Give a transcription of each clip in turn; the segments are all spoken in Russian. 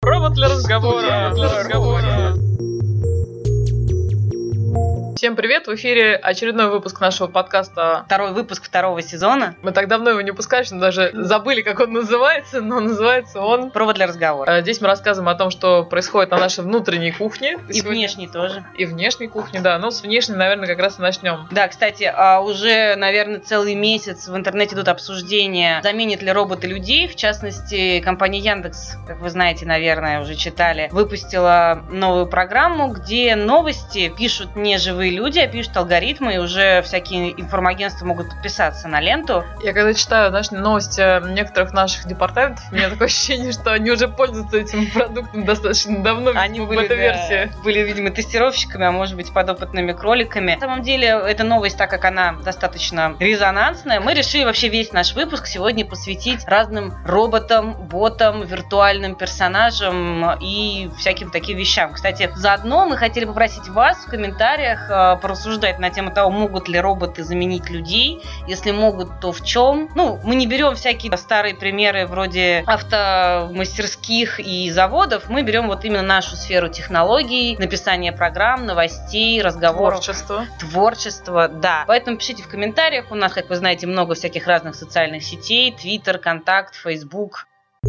Робот для разговора. Всем привет! В эфире очередной выпуск нашего подкаста. Второй выпуск второго сезона. Мы так давно его не пускали, что даже забыли, как он называется, но называется он «Провод для разговора». Здесь мы рассказываем о том, что происходит на нашей внутренней кухне. И внешней тоже. И внешней кухне, да. Ну, с внешней, наверное, как раз и начнем. Да, кстати, уже, наверное, целый месяц в интернете идут обсуждения, заменят ли роботы людей. В частности, компания Яндекс, как вы знаете, наверное, уже читали, выпустила новую программу, где новости пишут не живые люди, а пишут алгоритмы, и уже всякие информагентства могут подписаться на ленту. Я когда читаю, знаешь, новости некоторых наших департаментов, у меня такое ощущение, что они уже пользуются этим продуктом достаточно давно. Они были, бета-версии. Были, видимо, тестировщиками, а может быть, подопытными кроликами. На самом деле, эта новость, так как она достаточно резонансная, мы решили вообще весь наш выпуск сегодня посвятить разным роботам, ботам, виртуальным персонажам и всяким таким вещам. Кстати, заодно мы хотели попросить вас в комментариях порассуждать на тему того, могут ли роботы заменить людей. Если могут, то в чем? Ну, мы не берем всякие старые примеры вроде автомастерских и заводов. Мы берем вот именно нашу сферу технологий, написания программ, новостей, разговоров. Творчество, да. Поэтому пишите в комментариях. У нас, как вы знаете, много всяких разных социальных сетей. Twitter, Контакт, Facebook.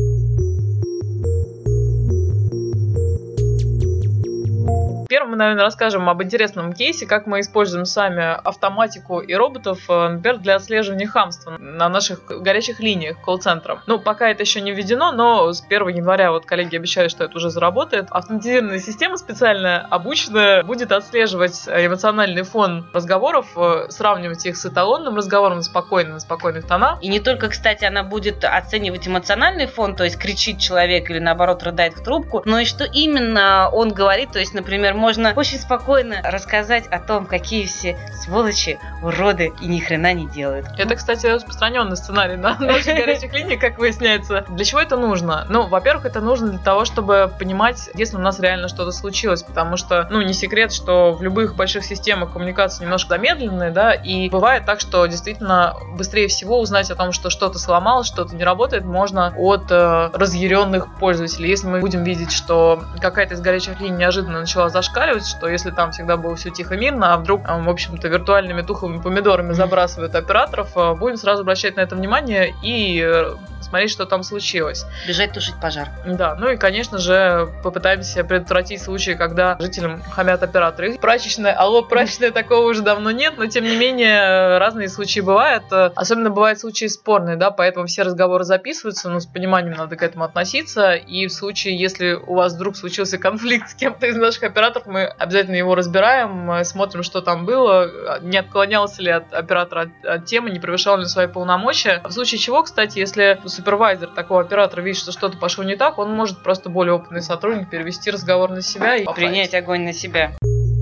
Первым мы, наверное, расскажем об интересном кейсе, как мы используем сами автоматику и роботов, например, для отслеживания хамства на наших горячих линиях колл-центров. Ну, пока это еще не введено, но с 1 января вот коллеги обещают, что это уже заработает. Автоматизированная система специально обученная будет отслеживать эмоциональный фон разговоров, сравнивать их с эталонным разговором на спокойных тонах. И не только, кстати, она будет оценивать эмоциональный фон, то есть кричит человек или наоборот рыдает в трубку, но и что именно он говорит, то есть, например, можно очень спокойно рассказать о том, какие все сволочи, уроды и ни хрена не делают. Это, кстати, распространенный сценарий на наших горячих линиях, как выясняется. Для чего это нужно? Ну, во-первых, это нужно для того, чтобы понимать, если у нас реально что-то случилось, потому что, ну, не секрет, что в любых больших системах коммуникации немножко замедленные, да, и бывает так, что действительно быстрее всего узнать о том, что что-то сломалось, что-то не работает, можно от разъяренных пользователей. Если мы будем видеть, что какая-то из горячих линий неожиданно начала зашкаливать, что если там всегда было все тихо-мирно, а вдруг, в общем-то, виртуальными тухлыми помидорами забрасывают операторов, будем сразу обращать на это внимание и смотреть, что там случилось. Бежать тушить пожар. Да, ну и, конечно же, попытаемся предотвратить случаи, когда жителям хамят операторы. Прачечная, такого уже давно нет, но, тем не менее, разные случаи бывают. Особенно бывают случаи спорные, да, поэтому все разговоры записываются, но с пониманием надо к этому относиться. И в случае, если у вас вдруг случился конфликт с кем-то из наших операторов, мы обязательно его разбираем, смотрим, что там было, не отклонялся ли от оператора от темы, не превышал ли свои полномочия. В случае чего, кстати, если супервайзер такого оператора видит, что что-то пошло не так, он может просто более опытный сотрудник перевести разговор на себя и принять огонь на себя.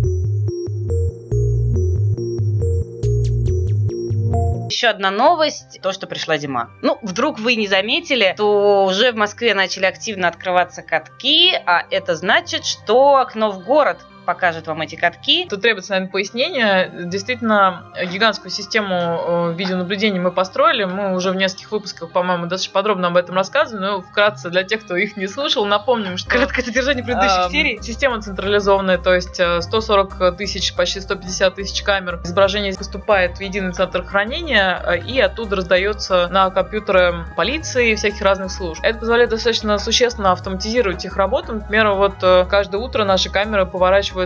Еще одна новость, то, что пришла зима. Ну, вдруг вы не заметили, то уже в Москве начали активно открываться катки, а это значит, что окно в город покажет вам эти катки. Тут требуется, наверное, пояснение. Действительно, гигантскую систему видеонаблюдения мы построили. Мы уже в нескольких выпусках, по-моему, достаточно подробно об этом рассказывали. Но вкратце, для тех, кто их не слушал, напомним, что краткое содержание предыдущих серий. Система централизованная, то есть 140 тысяч, почти 150 тысяч камер. Изображение поступает в единый центр хранения и оттуда раздается на компьютеры полиции и всяких разных служб. Это позволяет достаточно существенно автоматизировать их работу. Например, вот каждое утро наши камеры поворачиваются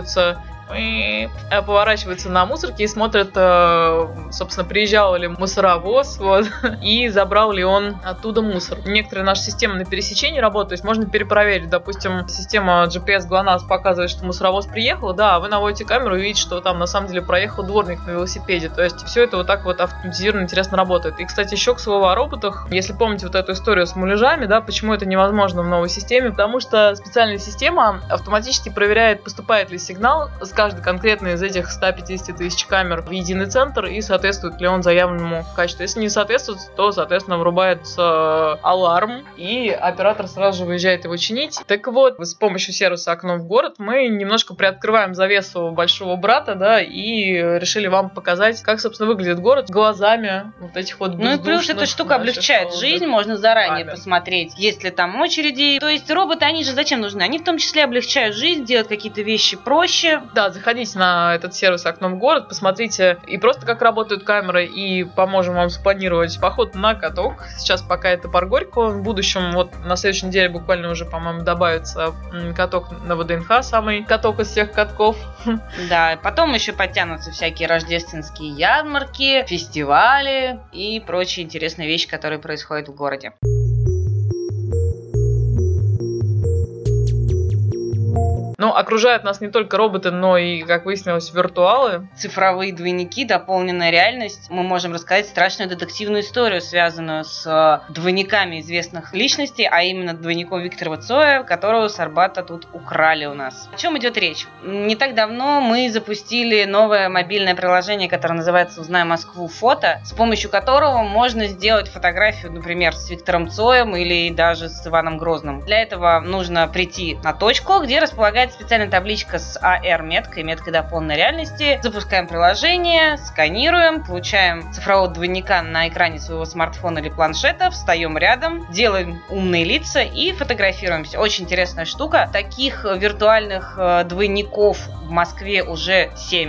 на мусорке и смотрят, собственно, приезжал ли мусоровоз, вот, и забрал ли он оттуда мусор. Некоторые наши системы на пересечении работают, то есть можно перепроверить. Допустим, система GPS GLONASS показывает, что мусоровоз приехал, да, а вы наводите камеру и видите, что там на самом деле проехал дворник на велосипеде. То есть все это вот так вот автоматизированно интересно работает. И, кстати, еще к слову о роботах. Если помните вот эту историю с муляжами, да, почему это невозможно в новой системе? Потому что специальная система автоматически проверяет, поступает ли сигнал с каждый конкретный из этих 150 тысяч камер в единый центр и соответствует ли он заявленному качеству. Если не соответствует, то, соответственно, врубается аларм, и оператор сразу же выезжает его чинить. Так вот, с помощью сервиса «Окно в город» мы немножко приоткрываем завесу большого брата, да, и решили вам показать, как, собственно, выглядит город глазами вот этих вот бездушных. Ну и плюс эта штука облегчает жизнь, можно заранее посмотреть, есть ли там очереди. То есть роботы, они же зачем нужны? Они в том числе облегчают жизнь, делают какие-то вещи проще. Да, заходите на этот сервис «Окно в город», посмотрите и просто как работают камеры, и поможем вам спланировать поход на каток. Сейчас пока это парк Горького, в будущем, вот на следующей неделе буквально уже, по-моему, добавится каток на ВДНХ, самый каток из всех катков. Да, потом еще подтянутся всякие рождественские ярмарки, фестивали и прочие интересные вещи, которые происходят в городе. Ну, окружают нас не только роботы, но и, как выяснилось, виртуалы. Цифровые двойники, дополненная реальность. Мы можем рассказать страшную детективную историю, связанную с двойниками известных личностей, а именно двойником Виктора Цоя, которого с Арбата тут украли у нас. О чем идет речь? Не так давно мы запустили новое мобильное приложение, которое называется «Узнай Москву. Фото», с помощью которого можно сделать фотографию, например, с Виктором Цоем или даже с Иваном Грозным. Для этого нужно прийти на точку, где располагается специальная табличка с AR-меткой, меткой дополненной реальности. Запускаем приложение, сканируем, получаем цифрового двойника на экране своего смартфона или планшета, встаем рядом, делаем умные лица и фотографируемся. Очень интересная штука. Таких виртуальных двойников в Москве уже 7.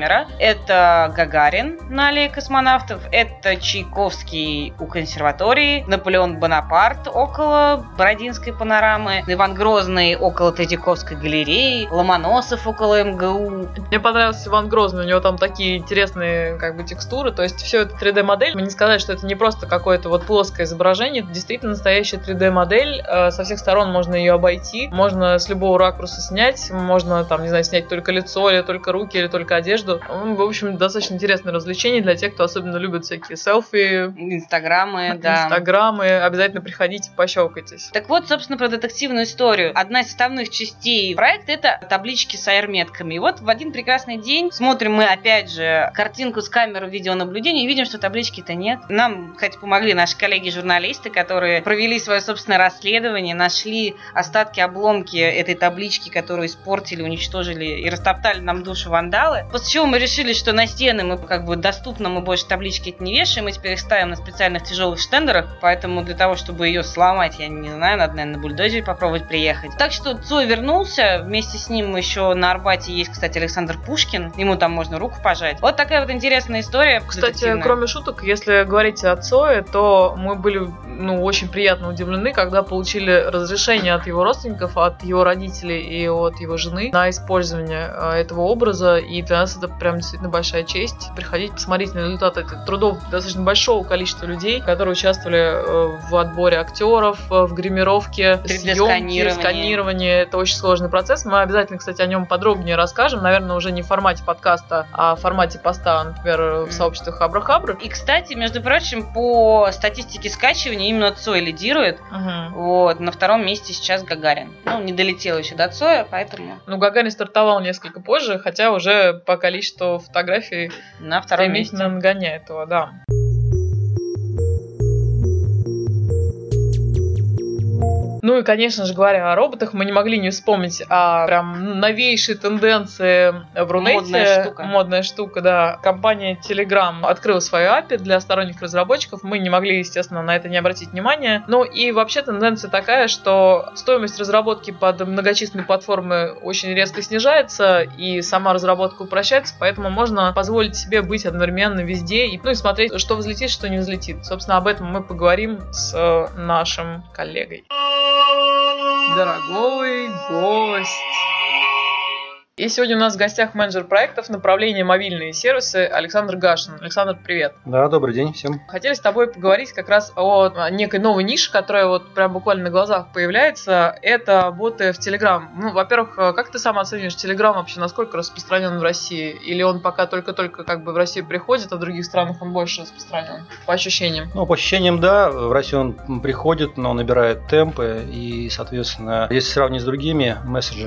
Это Гагарин на аллее космонавтов, это Чайковский у консерватории, Наполеон Бонапарт около Бородинской панорамы, Иван Грозный около Третьяковской галереи, Ломоносов около МГУ. Мне понравился Иван Грозный, у него там такие интересные как бы текстуры, то есть все это 3D-модель. Мы не сказать, что это не просто какое-то вот плоское изображение, это действительно настоящая 3D-модель, со всех сторон можно ее обойти, можно с любого ракурса снять, можно там, не знаю, снять только лицо, или только руки, или только одежду. В общем, достаточно интересное развлечение для тех, кто особенно любит всякие селфи, инстаграмы, да. Инстаграмы, обязательно приходите, пощелкайтесь. Так вот, собственно, про детективную историю. Одна из составных частей проекта — это таблички с AR-метками. И вот в один прекрасный день смотрим мы, опять же, картинку с камеры видеонаблюдения и видим, что таблички-то нет. Нам, кстати, помогли наши коллеги-журналисты, которые провели свое собственное расследование, нашли остатки, обломки этой таблички, которую испортили, уничтожили и растоптали нам душу вандалы. После чего мы решили, что на стены мы как бы доступно, мы больше таблички эти не вешаем, мы теперь их ставим на специальных тяжелых штендерах, поэтому для того, чтобы ее сломать, я не знаю, надо, наверное, на бульдозере попробовать приехать. Так что Цой вернулся, вместе с ним еще на Арбате есть, кстати, Александр Пушкин, ему там можно руку пожать. Вот такая вот интересная история. Кстати, кроме шуток, если говорить о Цое, то мы были, очень приятно удивлены, когда получили разрешение от его родственников, от его родителей и от его жены на использование этого образа, и для нас это прям действительно большая честь. Приходите, посмотрите на результаты этих трудов достаточно большого количества людей, которые участвовали в отборе актеров, в гримировке, съемке, сканировании. Это очень сложный процесс. Мы обязательно, кстати, о нем подробнее расскажем. Наверное, уже не в формате подкаста, а в формате поста, например, в сообществе Хабра-Хабры. И, кстати, между прочим, по статистике скачивания именно Цой лидирует. Вот, на втором месте сейчас Гагарин. Не долетел еще до Цоя, поэтому... Гагарин стартовал несколько позже, хотя уже по количеству фотографий на втором месте нагоняет его, да. Ну и, конечно же, говоря о роботах, мы не могли не вспомнить о прям новейшей тенденции в Рунете. Модная штука, да. Компания Telegram открыла свою API для сторонних разработчиков. Мы не могли, естественно, на это не обратить внимания. Ну и вообще тенденция такая, что стоимость разработки под многочисленные платформы очень резко снижается, и сама разработка упрощается, поэтому можно позволить себе быть одновременно везде и смотреть, что взлетит, что не взлетит. Собственно, об этом мы поговорим с нашим коллегой. Дорогой гость. И сегодня у нас в гостях менеджер проектов направления мобильные сервисы Александр Гашин. Александр, привет. Да, добрый день всем. Хотели с тобой поговорить как раз о некой новой нише, которая вот прям буквально на глазах появляется. Это боты в Telegram. Во-первых, как ты сам оцениваешь Telegram вообще, насколько распространен в России? Или он пока только-только как бы в Россию приходит, а в других странах он больше распространен? По ощущениям? По ощущениям, да. В Россию он приходит, но набирает темпы. И, соответственно, если сравнить с другими мессенджерами,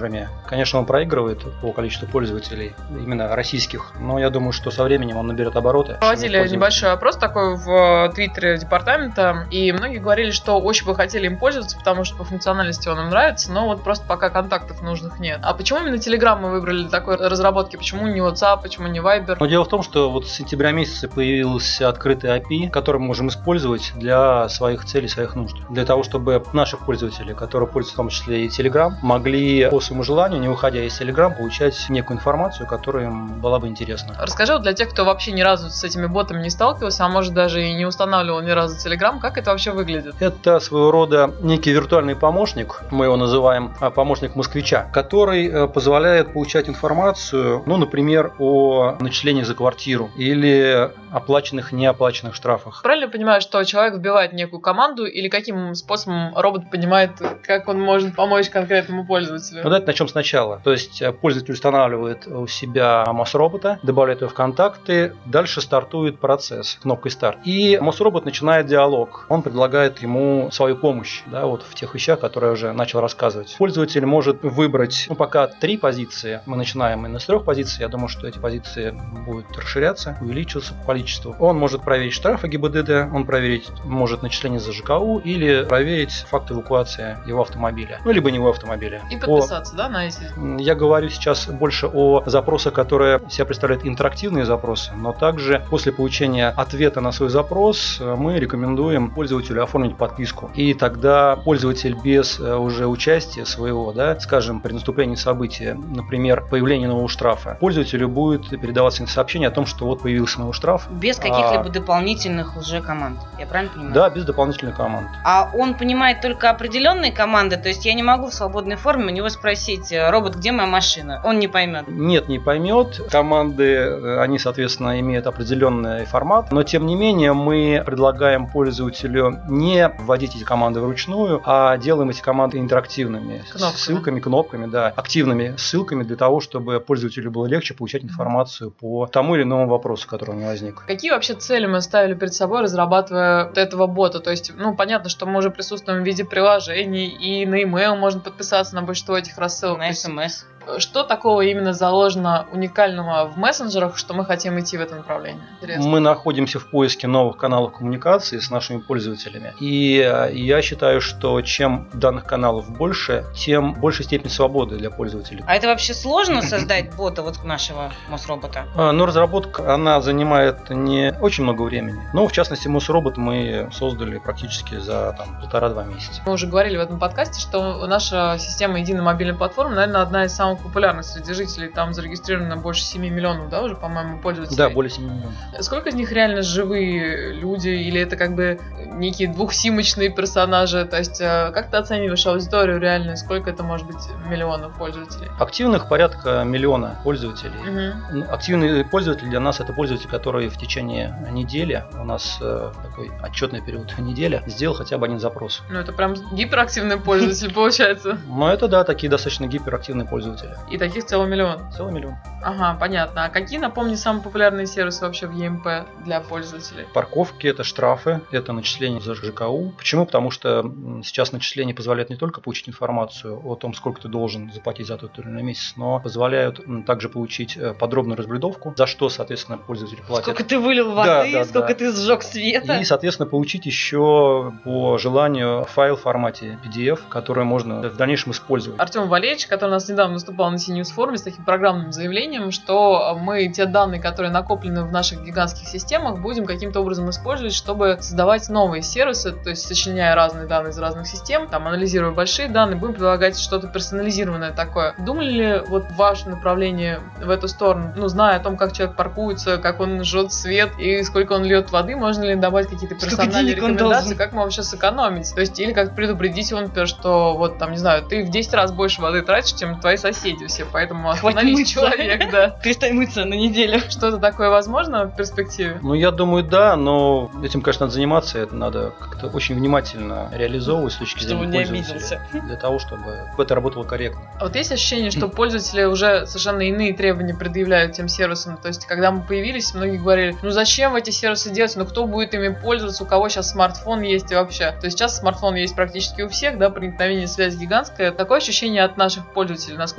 Конечно, он проигрывает по количеству пользователей, именно российских, но я думаю, что со временем он наберет обороты. Проводили небольшой опрос такой в Твиттере департамента, и многие говорили, что очень бы хотели им пользоваться, потому что по функциональности он им нравится, но вот просто пока контактов нужных нет. А почему именно Telegram мы выбрали для такой разработки? Почему не WhatsApp, почему не Viber? Но дело в том, что вот с сентября месяца появился открытый API, который мы можем использовать для своих целей, своих нужд. Для того, чтобы наших пользователей, которые пользуются в том числе и Telegram, могли по своему желанию, не выходя из Telegram, получать некую информацию, которая им была бы интересна. Расскажи вот для тех, кто вообще ни разу с этими ботами не сталкивался, а может даже и не устанавливал ни разу Telegram, как это вообще выглядит? Это своего рода некий виртуальный помощник, мы его называем помощник москвича, который позволяет получать информацию, ну, например, о начислении за квартиру или оплаченных, неоплаченных штрафах. Правильно я понимаю, что человек вбивает некую команду или каким способом робот понимает, как он может помочь конкретному пользователю? Ну, давайте начнем сначала. То есть пользователь устанавливает у себя МОС-робота, добавляет его в контакты, дальше стартует процесс кнопкой «Старт». И МОС-робот начинает диалог. Он предлагает ему свою помощь, да, вот в тех вещах, которые я уже начал рассказывать. Пользователь может выбрать, ну, пока 3 позиции. Мы начинаем именно с 3 позиций. Я думаю, что эти позиции будут расширяться, увеличиваться по количеству. Он может проверить штрафы ГИБДД, он может начисление за ЖКУ или проверить факт эвакуации его автомобиля. Ну, либо не его автомобиля. И подписаться, да, на эти? Я говорю сейчас больше о запросах, которые себя представляют интерактивные запросы, но также после получения ответа на свой запрос мы рекомендуем пользователю оформить подписку. И тогда пользователь без уже участия своего, да, скажем, при наступлении события, например, появления нового штрафа, пользователю будет передаваться сообщение о том, что вот появился новый штраф. Без каких-либо дополнительных уже команд. Я правильно понимаю? Да, без дополнительных команд. А он понимает только определенные команды, то есть я не могу в свободной форме у него спросить: робот, где моя машина? Он не поймет. Нет, не поймет. Команды, они, соответственно, имеют определенный формат, но тем не менее мы предлагаем пользователю не вводить эти команды вручную, а делаем эти команды интерактивными, ссылками, кнопками, да, активными ссылками для того, чтобы пользователю было легче получать информацию по тому или иному вопросу, который у него возник. Какие вообще цели мы ставили перед собой, разрабатывая вот этого бота? То есть, ну, понятно, что мы уже присутствуем в виде приложений, и на email можно подписаться на большинство этих рассылок. На смс. Что такого именно заложено уникального в мессенджерах, что мы хотим идти в это направление? Интересно. Мы находимся в поиске новых каналов коммуникации с нашими пользователями. И я считаю, что чем данных каналов больше, тем больше степень свободы для пользователей. А это вообще сложно создать бота вот нашего МОС-робота? Но разработка, она занимает не очень много времени. Но, в частности, МОС-робот мы создали практически за 1,5-2 месяца. Мы уже говорили в этом подкасте, что наша система единой мобильной платформы, наверное, одна из самых популярных среди жителей. Там зарегистрировано больше 7 миллионов, да, уже, по-моему, пользователей? Да, более 7 миллионов. Сколько из них реально живые люди, или это как бы некие двухсимочные персонажи? То есть, как ты оцениваешь аудиторию реально? Сколько это может быть миллионов пользователей? Активных порядка 1 миллиона пользователей. Угу. Активный пользователь для нас — это пользователь, который в течение недели, у нас такой отчетный период неделя, сделал хотя бы один запрос. Ну, это прям гиперактивный пользователь получается. Ну, это да, такие достаточно гиперактивные пользователи. И таких целый миллион? Целый миллион. Ага, понятно. А какие, напомни, самые популярные сервисы вообще в ЕМП для пользователей? Парковки, это штрафы, это начисление за ЖКУ. Почему? Потому что сейчас начисление позволяет не только получить информацию о том, сколько ты должен заплатить за тот или иной месяц, но позволяют также получить подробную разбредовку, за что, соответственно, пользователь платит. Сколько ты вылил воды, сколько ты сжег света. И, соответственно, получить еще по желанию файл в формате PDF, который можно в дальнейшем использовать. Артем Валерьевич, который у нас недавно выступал на CNews форуме с таким программным заявлением, что мы те данные, которые накоплены в наших гигантских системах, будем каким-то образом использовать, чтобы создавать новые сервисы, то есть сочиняя разные данные из разных систем, там анализируя большие данные, будем предлагать что-то персонализированное такое. Думали ли вот ваше направление в эту сторону? Ну, зная о том, как человек паркуется, как он жжет свет и сколько он льет воды, можно ли добавить какие-то персональные рекомендации, как мы вообще сэкономить? То есть, или как предупредить его, например, что вот там, не знаю, ты в 10 раз больше воды тратишь, чем твои соседи все, поэтому остановись, человек, да. Перестань мыться на неделю. Что-то такое возможно в перспективе? Ну, я думаю, да, но этим, конечно, надо заниматься, это надо как-то очень внимательно реализовывать с точки зрения пользователя, для того, чтобы это работало корректно. А вот есть ощущение, что пользователи уже совершенно иные требования предъявляют тем сервисам, то есть, когда мы появились, многие говорили, ну, зачем эти сервисы делать, ну, кто будет ими пользоваться, у кого сейчас смартфон есть и вообще. То есть, сейчас смартфон есть практически у всех, да, проникновение связи гигантское. Такое ощущение от наших пользователей, насколько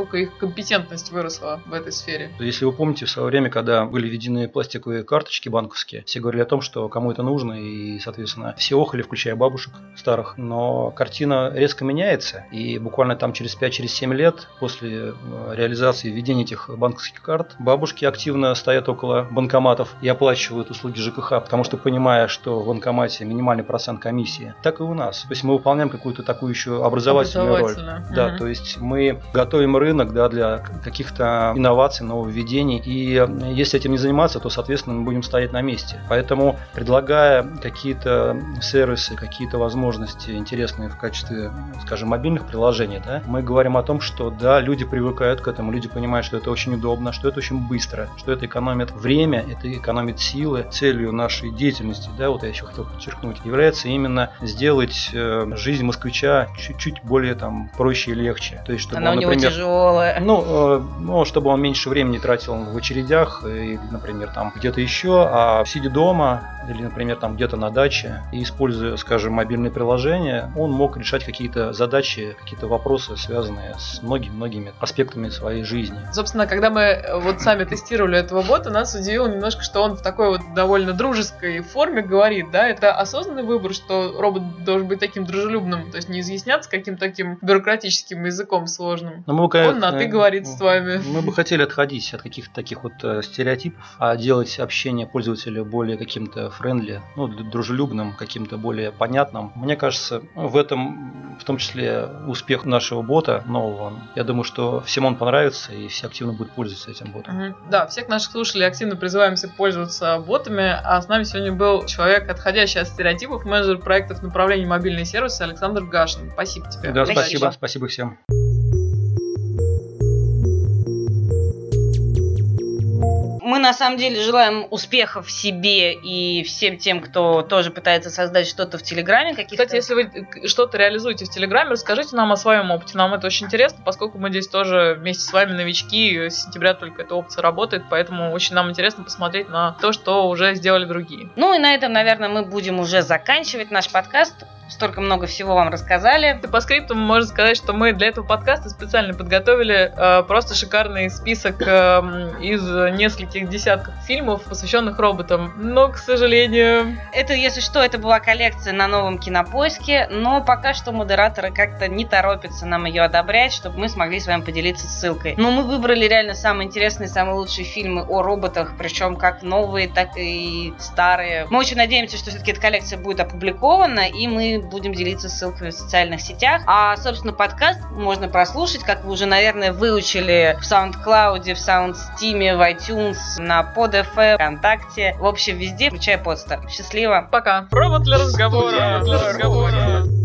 насколько их компетентность выросла в этой сфере. Если вы помните, в свое время, когда были введены пластиковые карточки банковские, все говорили о том, что кому это нужно, и, соответственно, все охали, включая бабушек старых. Но картина резко меняется, и буквально там через 5-7 лет после реализации введения этих банковских карт бабушки активно стоят около банкоматов и оплачивают услуги ЖКХ, потому что, понимая, что в банкомате минимальный процент комиссии, так и у нас. То есть мы выполняем какую-то такую еще образовательную роль. Да, то есть мы готовим рынок, да, для каких-то инноваций, нововведений. И если этим не заниматься, то, соответственно, мы будем стоять на месте. Поэтому, предлагая какие-то сервисы, какие-то возможности интересные в качестве, скажем, мобильных приложений, да, мы говорим о том, что да, люди привыкают к этому, люди понимают, что это очень удобно, что это очень быстро, что это экономит время, это экономит силы. Целью нашей деятельности, да, вот я еще хотел подчеркнуть, является именно сделать жизнь москвича чуть-чуть более там проще и легче. То есть, чтобы она он, у него например, тяжелая. Ну, чтобы он меньше времени тратил в очередях, и, например, там где-то еще, а сидя дома или, например, там где-то на даче и используя, скажем, мобильные приложения, он мог решать какие-то задачи, какие-то вопросы, связанные с многими аспектами своей жизни. Собственно, когда мы вот сами тестировали этого бота, нас удивило немножко, что он в такой вот довольно дружеской форме говорит, да, это осознанный выбор, что робот должен быть таким дружелюбным, то есть не изъясняться каким-то таким бюрократическим языком сложным. Но мы, он на «ты» говорит с вами. Мы бы хотели отходить от каких-то таких вот стереотипов, а делать общение пользователя более каким-то френдли, ну, дружелюбным, каким-то более понятным. Мне кажется, в этом, в том числе, успех нашего бота нового. Я думаю, что всем он понравится, и все активно будут пользоваться этим ботом. Да, всех наших слушателей активно призываемся пользоваться ботами, а с нами сегодня был человек, отходящий от стереотипов, менеджер проектов направления мобильные сервисы Александр Гашин. Спасибо тебе. Да, спасибо всем. Мы на самом деле желаем успехов себе и всем тем, кто тоже пытается создать что-то в Телеграме. Кстати, если вы что-то реализуете в Телеграме, расскажите нам о своем опыте. Нам это очень интересно, поскольку мы здесь тоже вместе с вами новички. С сентября только эта опция работает, поэтому очень нам интересно посмотреть на то, что уже сделали другие. Ну и на этом, наверное, мы будем уже заканчивать наш подкаст. Столько много всего вам рассказали. По скрипту можно сказать, что мы для этого подкаста специально подготовили просто шикарный список из нескольких десятков фильмов, посвященных роботам. Но, к сожалению... Это, если что, это была коллекция на новом Кинопоиске, но пока что модераторы как-то не торопятся нам ее одобрять, чтобы мы смогли с вами поделиться ссылкой. Но мы выбрали реально самые интересные, самые лучшие фильмы о роботах, причем как новые, так и старые. Мы очень надеемся, что все-таки эта коллекция будет опубликована, и мы будем делиться ссылками в социальных сетях. А, собственно, подкаст можно прослушать, как вы уже, наверное, выучили в SoundCloud, в SoundSteam, в iTunes, на PodFM, ВКонтакте. В общем, везде, включая Podster. Счастливо. Пока. Робот для разговора.